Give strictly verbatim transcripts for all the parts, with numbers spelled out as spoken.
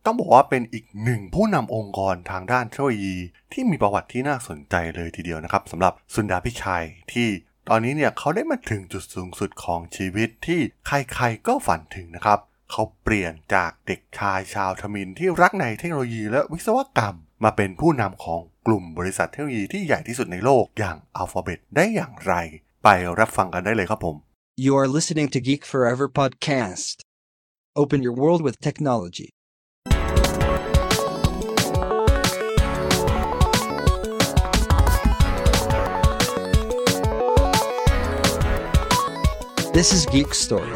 ต้องบอกว่าเป็นอีกหนึ่งผู้นำองค์กรทางด้านเทคโนโลยีที่มีประวัติที่น่าสนใจเลยทีเดียวนะครับสำหรับสุนดาพิชัยที่ตอนนี้เนี่ยเขาได้มาถึงจุดสูงสุดของชีวิตที่ใครๆก็ฝันถึงนะครับเขาเปลี่ยนจากเด็กชายชาวทมิฬที่รักในเทคโนโลยีและวิศวกรรมมาเป็นผู้นำของกลุ่มบริษัทเทคโนโลยีที่ใหญ่ที่สุดในโลกอย่าง Alphabet ได้อย่างไรไปรับฟังกันได้เลยครับผม You are listening to Geek Forever podcast. Open your world with technology. This is Geek Story.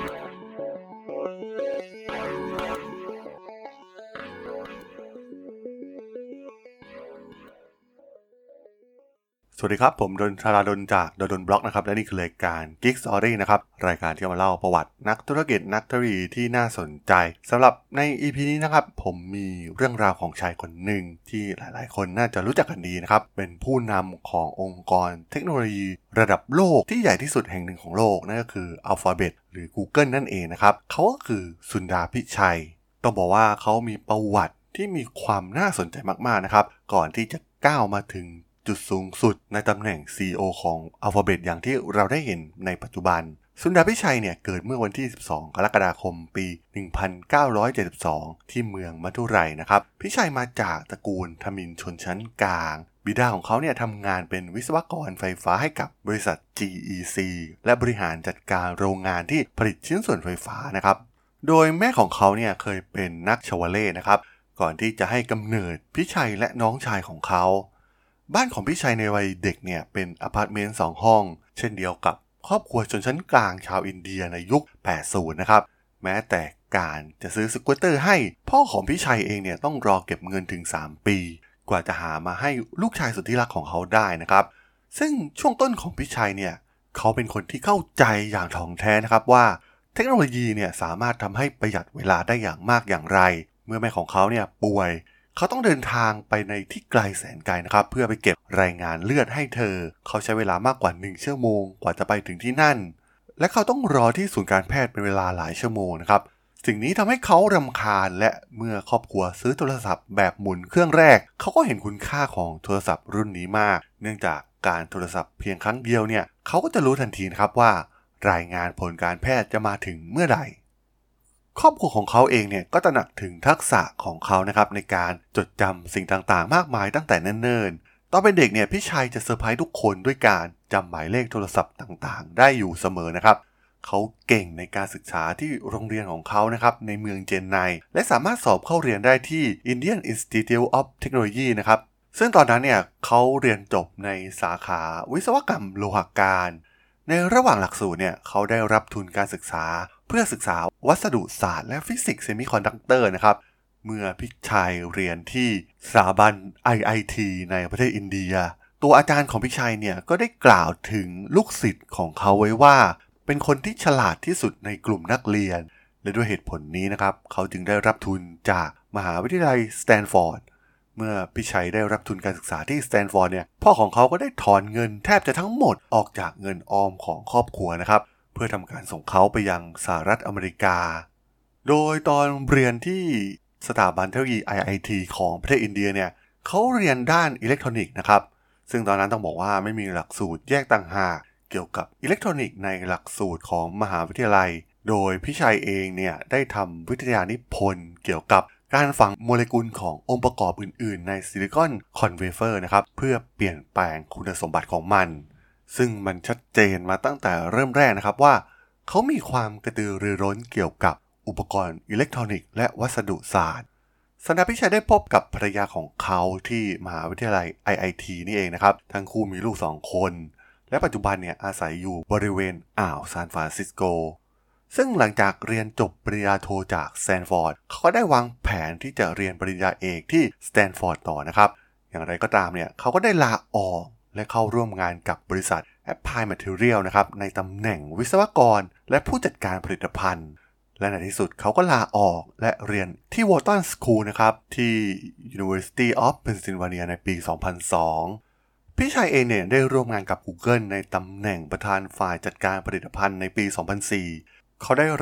สวัสดีครับผมดนธาราดลจากดนบล็อกนะครับและนี่คือรายการ Geek Story นะครับรายการที่มาเล่าประวัตินักธุรกิจนักเทคโนโลยีที่น่าสนใจสำหรับใน อี พี นี้นะครับผมมีเรื่องราวของชายคนหนึ่งที่หลายๆคนน่าจะรู้จักกันดีนะครับเป็นผู้นำขององค์กรเทคโนโลยีระดับโลกที่ใหญ่ที่สุดแห่งหนึ่งของโลกนั่นก็คือ Alphabet หรือ Google นั่นเองนะครับเขาก็คือสุนดาพิชัยต้องบอกว่าเขามีประวัติที่มีความน่าสนใจมากๆนะครับก่อนที่จะก้าวมาถึงจุดสูงสุดในตำแหน่ง ซี อี โอ ของ Alphabet อย่างที่เราได้เห็นในปัจจุบันสุนดาพิชัยเนี่ยเกิดเมื่อวันที่สิบสองกรกฎาคมปีหนึ่งพันเก้าร้อยเจ็ดสิบสองที่เมืองมัทุไรนะครับพิชัยมาจากตระกูลทมิฬชนชั้นกลางบิดาของเขาเนี่ยทำงานเป็นวิศวกรไฟฟ้าให้กับบริษัท จี อี ซี และบริหารจัดการโรงงานที่ผลิตชิ้นส่วนไฟฟ้านะครับโดยแม่ของเขาเนี่ยเคยเป็นนักชวาเล่นะครับก่อนที่จะให้กำเนิดพิชัยและน้องชายของเขาบ้านของพี่ชัยในวัยเด็กเนี่ยเป็นอพาร์ตเมนต์สองห้องเช่นเดียวกับครอบครัวชนชั้นกลางชาวอินเดียในยุคแปดสิบนะครับแม้แต่การจะซื้อสกูตเตอร์ให้พ่อของพี่ชัยเองเนี่ยต้องรอเก็บเงินถึงสามปีกว่าจะหามาให้ลูกชายสุดที่รักของเขาได้นะครับซึ่งช่วงต้นของพี่ชัยเนี่ยเขาเป็นคนที่เข้าใจอย่างถ่องแท้นะครับว่าเทคโนโลยีเนี่ยสามารถทำให้ประหยัดเวลาได้อย่างมากอย่างไรเมื่อแม่ของเขาเนี่ยป่วยเขาต้องเดินทางไปในที่ไกลแสนไกลนะครับเพื่อไปเก็บรายงานเลือดให้เธอเขาใช้เวลามากกว่าหนึ่งชั่วโมงกว่าจะไปถึงที่นั่นและเขาต้องรอที่ศูนย์การแพทย์เป็นเวลาหลายชั่วโมงนะครับสิ่งนี้ทำให้เขารำคาญและเมื่อครอบครัวซื้อโทรศัพท์แบบหมุนเครื่องแรกเขาก็เห็นคุณค่าของโทรศัพท์รุ่นนี้มากเนื่องจากการโทรศัพท์เพียงครั้งเดียวเนี่ยเขาก็จะรู้ทันทีนะครับว่ารายงานผลการแพทย์จะมาถึงเมื่อไหร่ครอบครัวของเขาเองเนี่ยก็ตระหนักถึงทักษะของเขานะครับในการจดจำสิ่งต่างๆมากมายตั้งแต่เนิ่นๆตอนเป็นเด็กเนี่ยพี่ชัยจะเซอร์ไพรส์ทุกคนด้วยการจำหมายเลขโทรศัพท์ต่างๆได้อยู่เสมอนะครับเขาเก่งในการศึกษาที่โรงเรียนของเขานะครับในเมืองเจนไนและสามารถสอบเข้าเรียนได้ที่ Indian Institute of Technology นะครับซึ่งตอนนั้นเนี่ยเขาเรียนจบในสาขาวิศวกรรมโลหการในระหว่างหลักสูตรเนี่ยเขาได้รับทุนการศึกษาเพื่อศึกษาวัสดุศาสตร์และฟิสิกส์เซมิคอนดักเตอร์นะครับเมื่อพี่ชัยเรียนที่สถาบัน ไอ ไอ ที ในประเทศอินเดียตัวอาจารย์ของพี่ชัยเนี่ยก็ได้กล่าวถึงลูกศิษย์ของเขาไว้ว่าเป็นคนที่ฉลาดที่สุดในกลุ่มนักเรียนและด้วยเหตุผลนี้นะครับเขาจึงได้รับทุนจากมหาวิทยาลัยสแตนฟอร์ดเมื่อพี่ชัยได้รับทุนการศึกษาที่สแตนฟอร์ดเนี่ยพ่อของเขาก็ได้ถอนเงินแทบจะทั้งหมดออกจากเงินออมของครอบครัวนะครับเพื่อทำการส่งเขาไปยังสหรัฐอเมริกาโดยตอนเรียนที่สถาบันเทคโนโลยี ไอ ไอ ที ของประเทศอินเดียเนี่ยเขาเรียนด้านอิเล็กทรอนิกส์นะครับซึ่งตอนนั้นต้องบอกว่าไม่มีหลักสูตรแยกต่างหากเกี่ยวกับอิเล็กทรอนิกส์ในหลักสูตรของมหาวิทยาลัยโดยพี่ชัยเองเนี่ยได้ทำวิทยานิพนธ์เกี่ยวกับการฝังโมเลกุลขององค์ประกอบอื่นๆในซิลิคอนคอนเวเฟอร์นะครับเพื่อเปลี่ยนแปลงคุณสมบัติของมันซึ่งมันชัดเจนมาตั้งแต่เริ่มแรกนะครับว่าเขามีความกระตือรือร้นเกี่ยวกับอุปกรณ์อิเล็กทรอนิกส์และวัสดุศาสตร์สุนดาพิชัยได้พบกับภรรยาของเขาที่มหาวิทยาลัย ไอ ไอ ที นี่เองนะครับทั้งคู่มีลูกสองคนและปัจจุบันเนี่ยอาศัยอยู่บริเวณอ่าวซานฟรานซิสโกซึ่งหลังจากเรียนจบปริญญาโทจากสแตนฟอร์ดเขาก็ได้วางแผนที่จะเรียนปริญญาเอกที่สแตนฟอร์ดต่อนะครับอย่างไรก็ตามเนี่ยเขาก็ได้ลาออกและเข้าร่วมงานกับบริษัท Applied Materials นะครับในตำแหน่งวิศวกรและผู้จัดการผลิตภัณฑ์และในที่สุดเขาก็ลาออกและเรียนที่ Wharton School นะครับที่ University of Pennsylvania ในปี สองพันสองพี่ชัยเองเนี่ยได้ร่วมงานกับ Google ในตำแหน่งประธานฝ่ายจัดการผลิตภัณฑ์ในปี สองพันสี่เขาได้รับ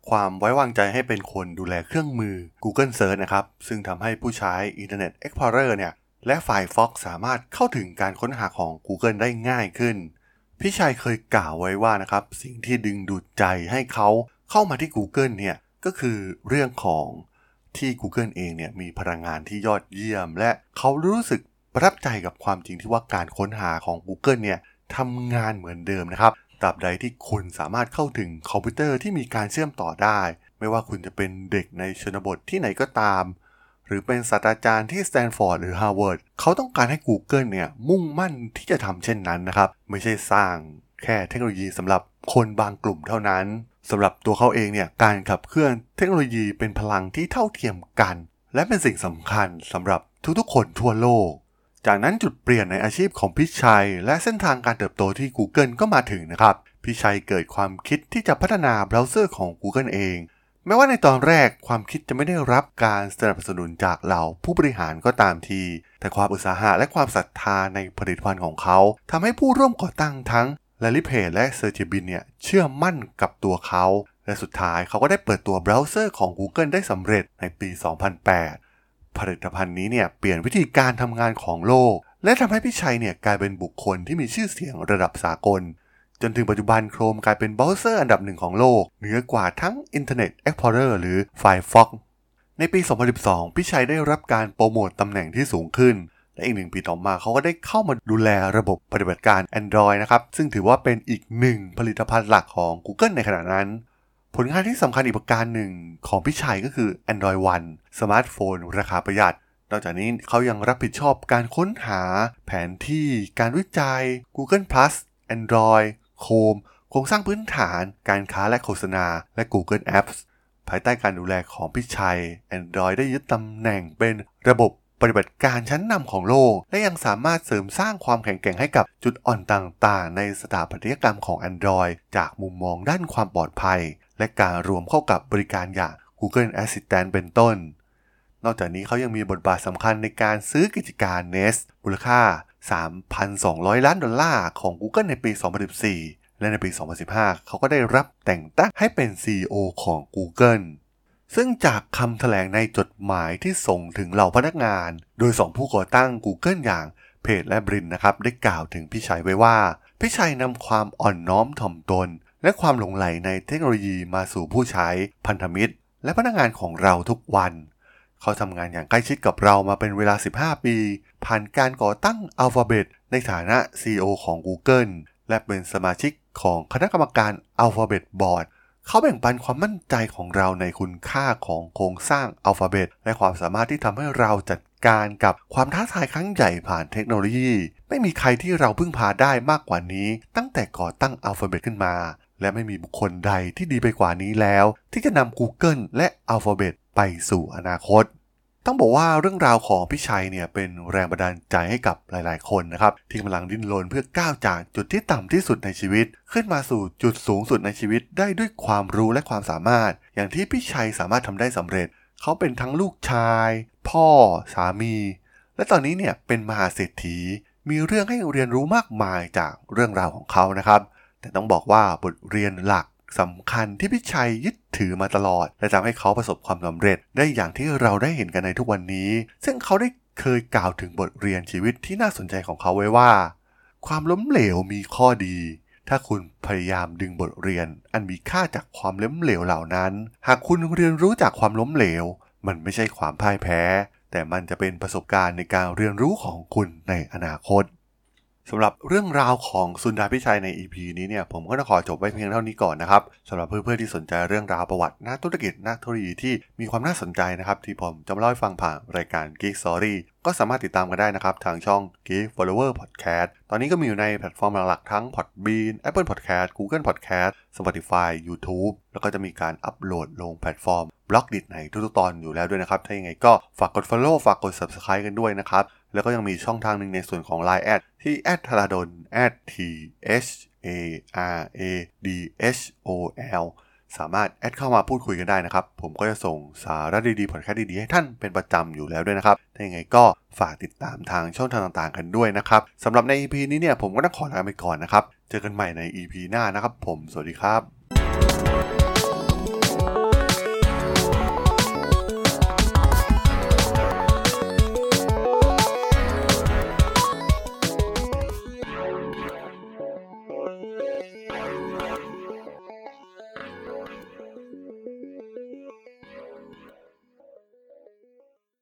ความไว้วางใจให้เป็นคนดูแลเครื่องมือ Google Search นะครับซึ่งทำให้ผู้ใช้ Internet Explorer เนี่ยและ Firefox สามารถเข้าถึงการค้นหาของ Google ได้ง่ายขึ้นพี่ชัยเคยกล่าวไว้ว่านะครับสิ่งที่ดึงดูดใจให้เขาเข้ามาที่ Google เนี่ยก็คือเรื่องของที่ Google เองเนี่ยมีพลังงานที่ยอดเยี่ยมและเขารู้สึกประทับใจกับความจริงที่ว่าการค้นหาของ Google เนี่ยทำงานเหมือนเดิมนะครับตราบใดที่คุณสามารถเข้าถึงคอมพิวเตอร์ที่มีการเชื่อมต่อได้ไม่ว่าคุณจะเป็นเด็กในชนบทที่ไหนก็ตามหรือเป็นศาสตราจารย์ที่สแตนฟอร์ดหรือฮาร์วาร์ดเขาต้องการให้ Google เนี่ยมุ่งมั่นที่จะทำเช่นนั้นนะครับไม่ใช่สร้างแค่เทคโนโลยีสำหรับคนบางกลุ่มเท่านั้นสำหรับตัวเขาเองเนี่ยการขับเคลื่อนเทคโนโลยีเป็นพลังที่เท่าเทียมกันและเป็นสิ่งสำคัญสำหรับทุกๆคนทั่วโลกจากนั้นจุดเปลี่ยนในอาชีพของพี่ชัยและเส้นทางการเติบโตที่ Google ก็มาถึงนะครับพี่ชัยเกิดความคิดที่จะพัฒนาเบราว์เซอร์ของ Google เองแม้ว่าในตอนแรกความคิดจะไม่ได้รับการสนับสนุนจากเหล่าผู้บริหารก็ตามทีแต่ความอุตสาหะและความศรัทธาในผลิตภัณฑ์ของเขาทำให้ผู้ร่วมก่อตั้งทั้งLarry Page และ Sergey Brin เนี่ยเชื่อมั่นกับตัวเขาและสุดท้ายเขาก็ได้เปิดตัวเบราว์เซอร์ของ Google ได้สำเร็จในปี สองพันแปด ผลิตภัณฑ์นี้เนี่ยเปลี่ยนวิธีการทำงานของโลกและทำให้พี่ชัยเนี่ยกลายเป็นบุคคลที่มีชื่อเสียงระดับสากลจนถึงปัจจุบัน Chrome กลายเป็นเบราว์เซอร์อันดับหนึ่งของโลกเหนือกว่าทั้ง Internet Explorer หรือ Firefox ในปี สองพันสิบสอง พี่ชัยได้รับการโปรโมตตำแหน่งที่สูงขึ้นและอีกหนึ่งปีต่อมาเขาก็ได้เข้ามาดูแลระบบปฏิบัติการ Android นะครับซึ่งถือว่าเป็นอีกหนึ่งผลิตภัณฑ์หลักของ Google ในขณะนั้นผลงานที่สำคัญอีกประการหนึ่งของพี่ชัยก็คือ Android One สมาร์ทโฟนราคาประหยัดนอกจากนี้เขายังรับผิดชอบการค้นหาแผนที่การวิจัย Google Plus Android Chrome โครงสร้างพื้นฐานการค้าและโฆษณาและ Google Apps ภายใต้การดูแลของพี่ชัย Android ได้ยึดตำแหน่งเป็นระบบปฏิบัติการชั้นนำของโลกและยังสามารถเสริมสร้างความแข็งแกร่งให้กับจุดอ่อนต่างๆในสถาปัตยกรรมของ Android จากมุมมองด้านความปลอดภัยและการรวมเข้ากับบริการอย่าง Google Assistant เป็นต้นนอกจากนี้เขายังมีบทบาทสำคัญในการซื้อกิจการ Nest มูลค่า สามพันสองร้อย ล้านดอลลาร์ของ Google ในปี สองพันสิบสี่ และในปี สองพันสิบห้า เขาก็ได้รับแต่งตั้งให้เป็น ซี อี โอ ของ Googleซึ่งจากคำแถลงในจดหมายที่ส่งถึงเหล่าพนักงานโดยสองผู้ก่อตั้ง Google อย่างเพจและบรินนะครับได้กล่าวถึงพี่ชัยไว้ว่าพี่ชัยนำความอ่อนน้อมถ่อมตนและความหลงใหลในเทคโนโลยีมาสู่ผู้ใช้พันธมิตรและพนักงานของเราทุกวันเขาทำงานอย่างใกล้ชิดกับเรามาเป็นเวลาสิบห้าปีผ่านการก่อตั้ง Alphabet ในฐานะ ซี อี โอ ของ Google และเป็นสมาชิกของคณะกรรมการ Alphabet Boardเขาแบ่งปันความมั่นใจของเราในคุณค่าของโครงสร้าง Alphabet และความสามารถที่ทำให้เราจัดการกับความท้าทายครั้งใหญ่ผ่านเทคโนโลยีไม่มีใครที่เราพึ่งพาได้มากกว่านี้ตั้งแต่ก่อตั้ง Alphabet ขึ้นมาและไม่มีบุคคลใดที่ดีไปกว่านี้แล้วที่จะนำ Google และ Alphabet ไปสู่อนาคตต้องบอกว่าเรื่องราวของพี่ชัยเนี่ยเป็นแรงบันดาลใจให้กับหลายๆคนนะครับที่กำลังดิ้นรนเพื่อก้าวจากจุดที่ต่ำที่สุดในชีวิตขึ้นมาสู่จุดสูงสุดในชีวิตได้ด้วยความรู้และความสามารถอย่างที่พี่ชัยสามารถทำได้สำเร็จเขาเป็นทั้งลูกชายพ่อสามีและตอนนี้เนี่ยเป็นมหาเศรษฐีมีเรื่องให้เรียนรู้มากมายจากเรื่องราวของเขานะครับแต่ต้องบอกว่าบทเรียนหลักสำคัญที่พี่ชัยยึดถือมาตลอดและทำให้เขาประสบความสำเร็จได้อย่างที่เราได้เห็นกันในทุกวันนี้ซึ่งเขาได้เคยกล่าวถึงบทเรียนชีวิตที่น่าสนใจของเขาไว้ว่าความล้มเหลวมีข้อดีถ้าคุณพยายามดึงบทเรียนอันมีค่าจากความล้มเหลวเหล่านั้นหากคุณเรียนรู้จากความล้มเหลวมันไม่ใช่ความพ่ายแพ้แต่มันจะเป็นประสบการณ์ในการเรียนรู้ของคุณในอนาคตสำหรับเรื่องราวของสุนทรพิชัยใน อี พี นี้เนี่ยผมก็จะขอจบไว้เพียงเท่านี้ก่อนนะครับสำหรับเพื่อนๆที่สนใจเรื่องราวประวัตินักธุรกิจนักเทคโนโลยีที่มีความน่าสนใจนะครับที่ผมจะมาเล่าให้ฟังผ่านรายการ Geek Story ก็สามารถติดตามกันได้นะครับทางช่อง Geek Flower Podcast ตอนนี้ก็มีอยู่ในแพลตฟอร์มหลักๆทั้ง Podbean Apple Podcast Google Podcast Spotify YouTube แล้วก็จะมีการอัปโหลดลงแพลตฟอร์มบล็อกดิในทุกๆตอนอยู่แล้วด้วยนะครับถ้าอย่างไรก็ฝากกด Follow ฝากกด Subscribe กันด้วยนะครับแล้วก็ยังมีช่องทางหนึ่งในส่วนของ ไลน์ แอดที่ แอท ธราดล แอท ที เอช เอ อาร์ เอ ดี เอช โอ แอล สามารถแอดเข้ามาพูดคุยกันได้นะครับผมก็จะส่งสาระดีๆพอดแคสต์ดีๆให้ท่านเป็นประจำอยู่แล้วด้วยนะครับถ้าอย่างไรก็ฝากติดตามทางช่องทางต่างๆกันด้วยนะครับสำหรับใน อี พี นี้เนี่ยผมก็ต้องขอลาไปก่อนนะครับเจอกันใหม่ใน อี พี หน้านะครับผมสวัสดีครับ